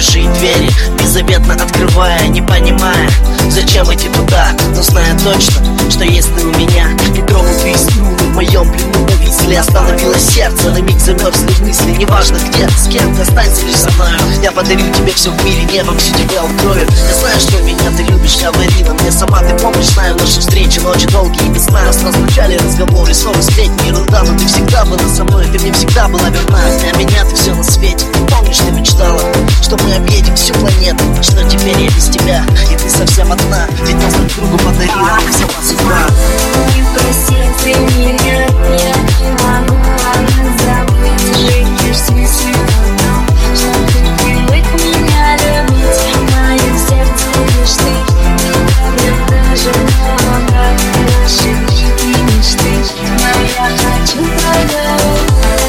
чужие двери, беззаветно открывая, не понимая, зачем идти туда, но зная точно, что есть ты у меня. Петровую струны в моем плену повисли, остановилось сердце, на миг замерзли мысли. Неважно где, с кем, ты останься лишь со мною. Я подарю тебе все в мире, небом всю тебя укрою. Я знаю, что меня ты любишь, говорила мне сама. Ты помнишь, знаю, наши встречи, ночи долгие, без сна. Нас разлучали разговоры, снова сплетни, ерунда. Но ты всегда была со мной, ты мне всегда была верна. Для меня ты все на свете. Помнишь, ты мечтала, что мы объедем всю планету, что теперь я без тебя, и ты совсем одна. Ведь нас друг другу подарила сама судьба. Не проси ты меня, я не могу забыть. Жить лишь с мыслью о том, что ты привык меня любить. В моем сердце лишь ты, я даже много наши дикие мечты. Но я хочу поговорить.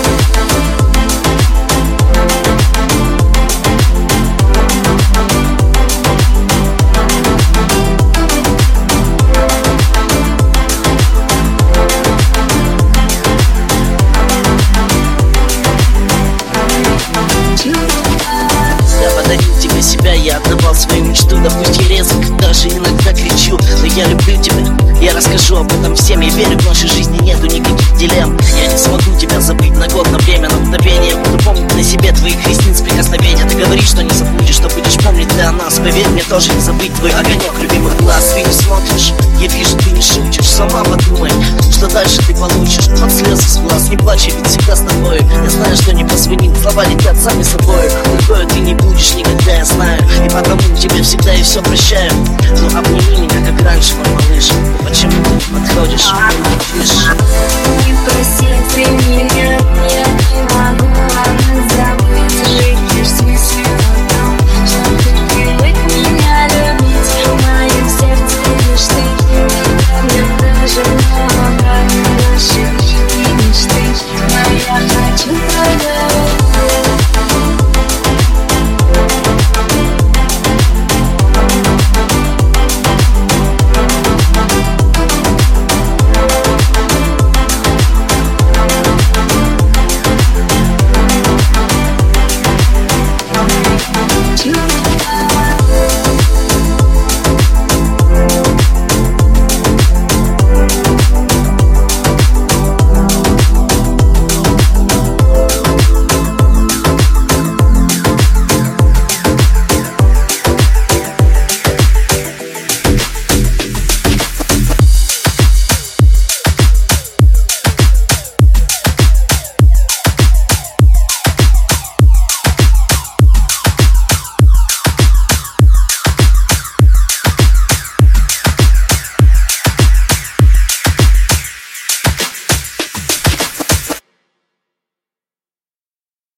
Я подарил тебе себя, я отдавал свою мечту. Да пусть я резок, даже иногда кричу, но я люблю тебя, я расскажу об этом всем. Я верю, в нашей жизни нету никаких дилемм. Я не смогу тебя забыть на год, на время, на мгновение. Я буду помнить на себе твоих ресниц прикосновения. Ты говоришь, что не забудешь, что будешь помнить ты о нас. Поверь мне, тоже не забыть твой огонек любимых глаз. Ты не смотришь, я вижу, ты не шутишь. Сама подумай, что дальше ты получишь. Под слезы с глаз, не плачь, я ведь всегда с тобой. Я знаю, что не позвонит, слова летят сами собой. Другой ты не будешь никогда, я знаю, и потому тебе всегда и все прощаю. Ну обними меня, как раньше, мой малыш. Почему ты подходишь, не молчишь? Не проси ты меня.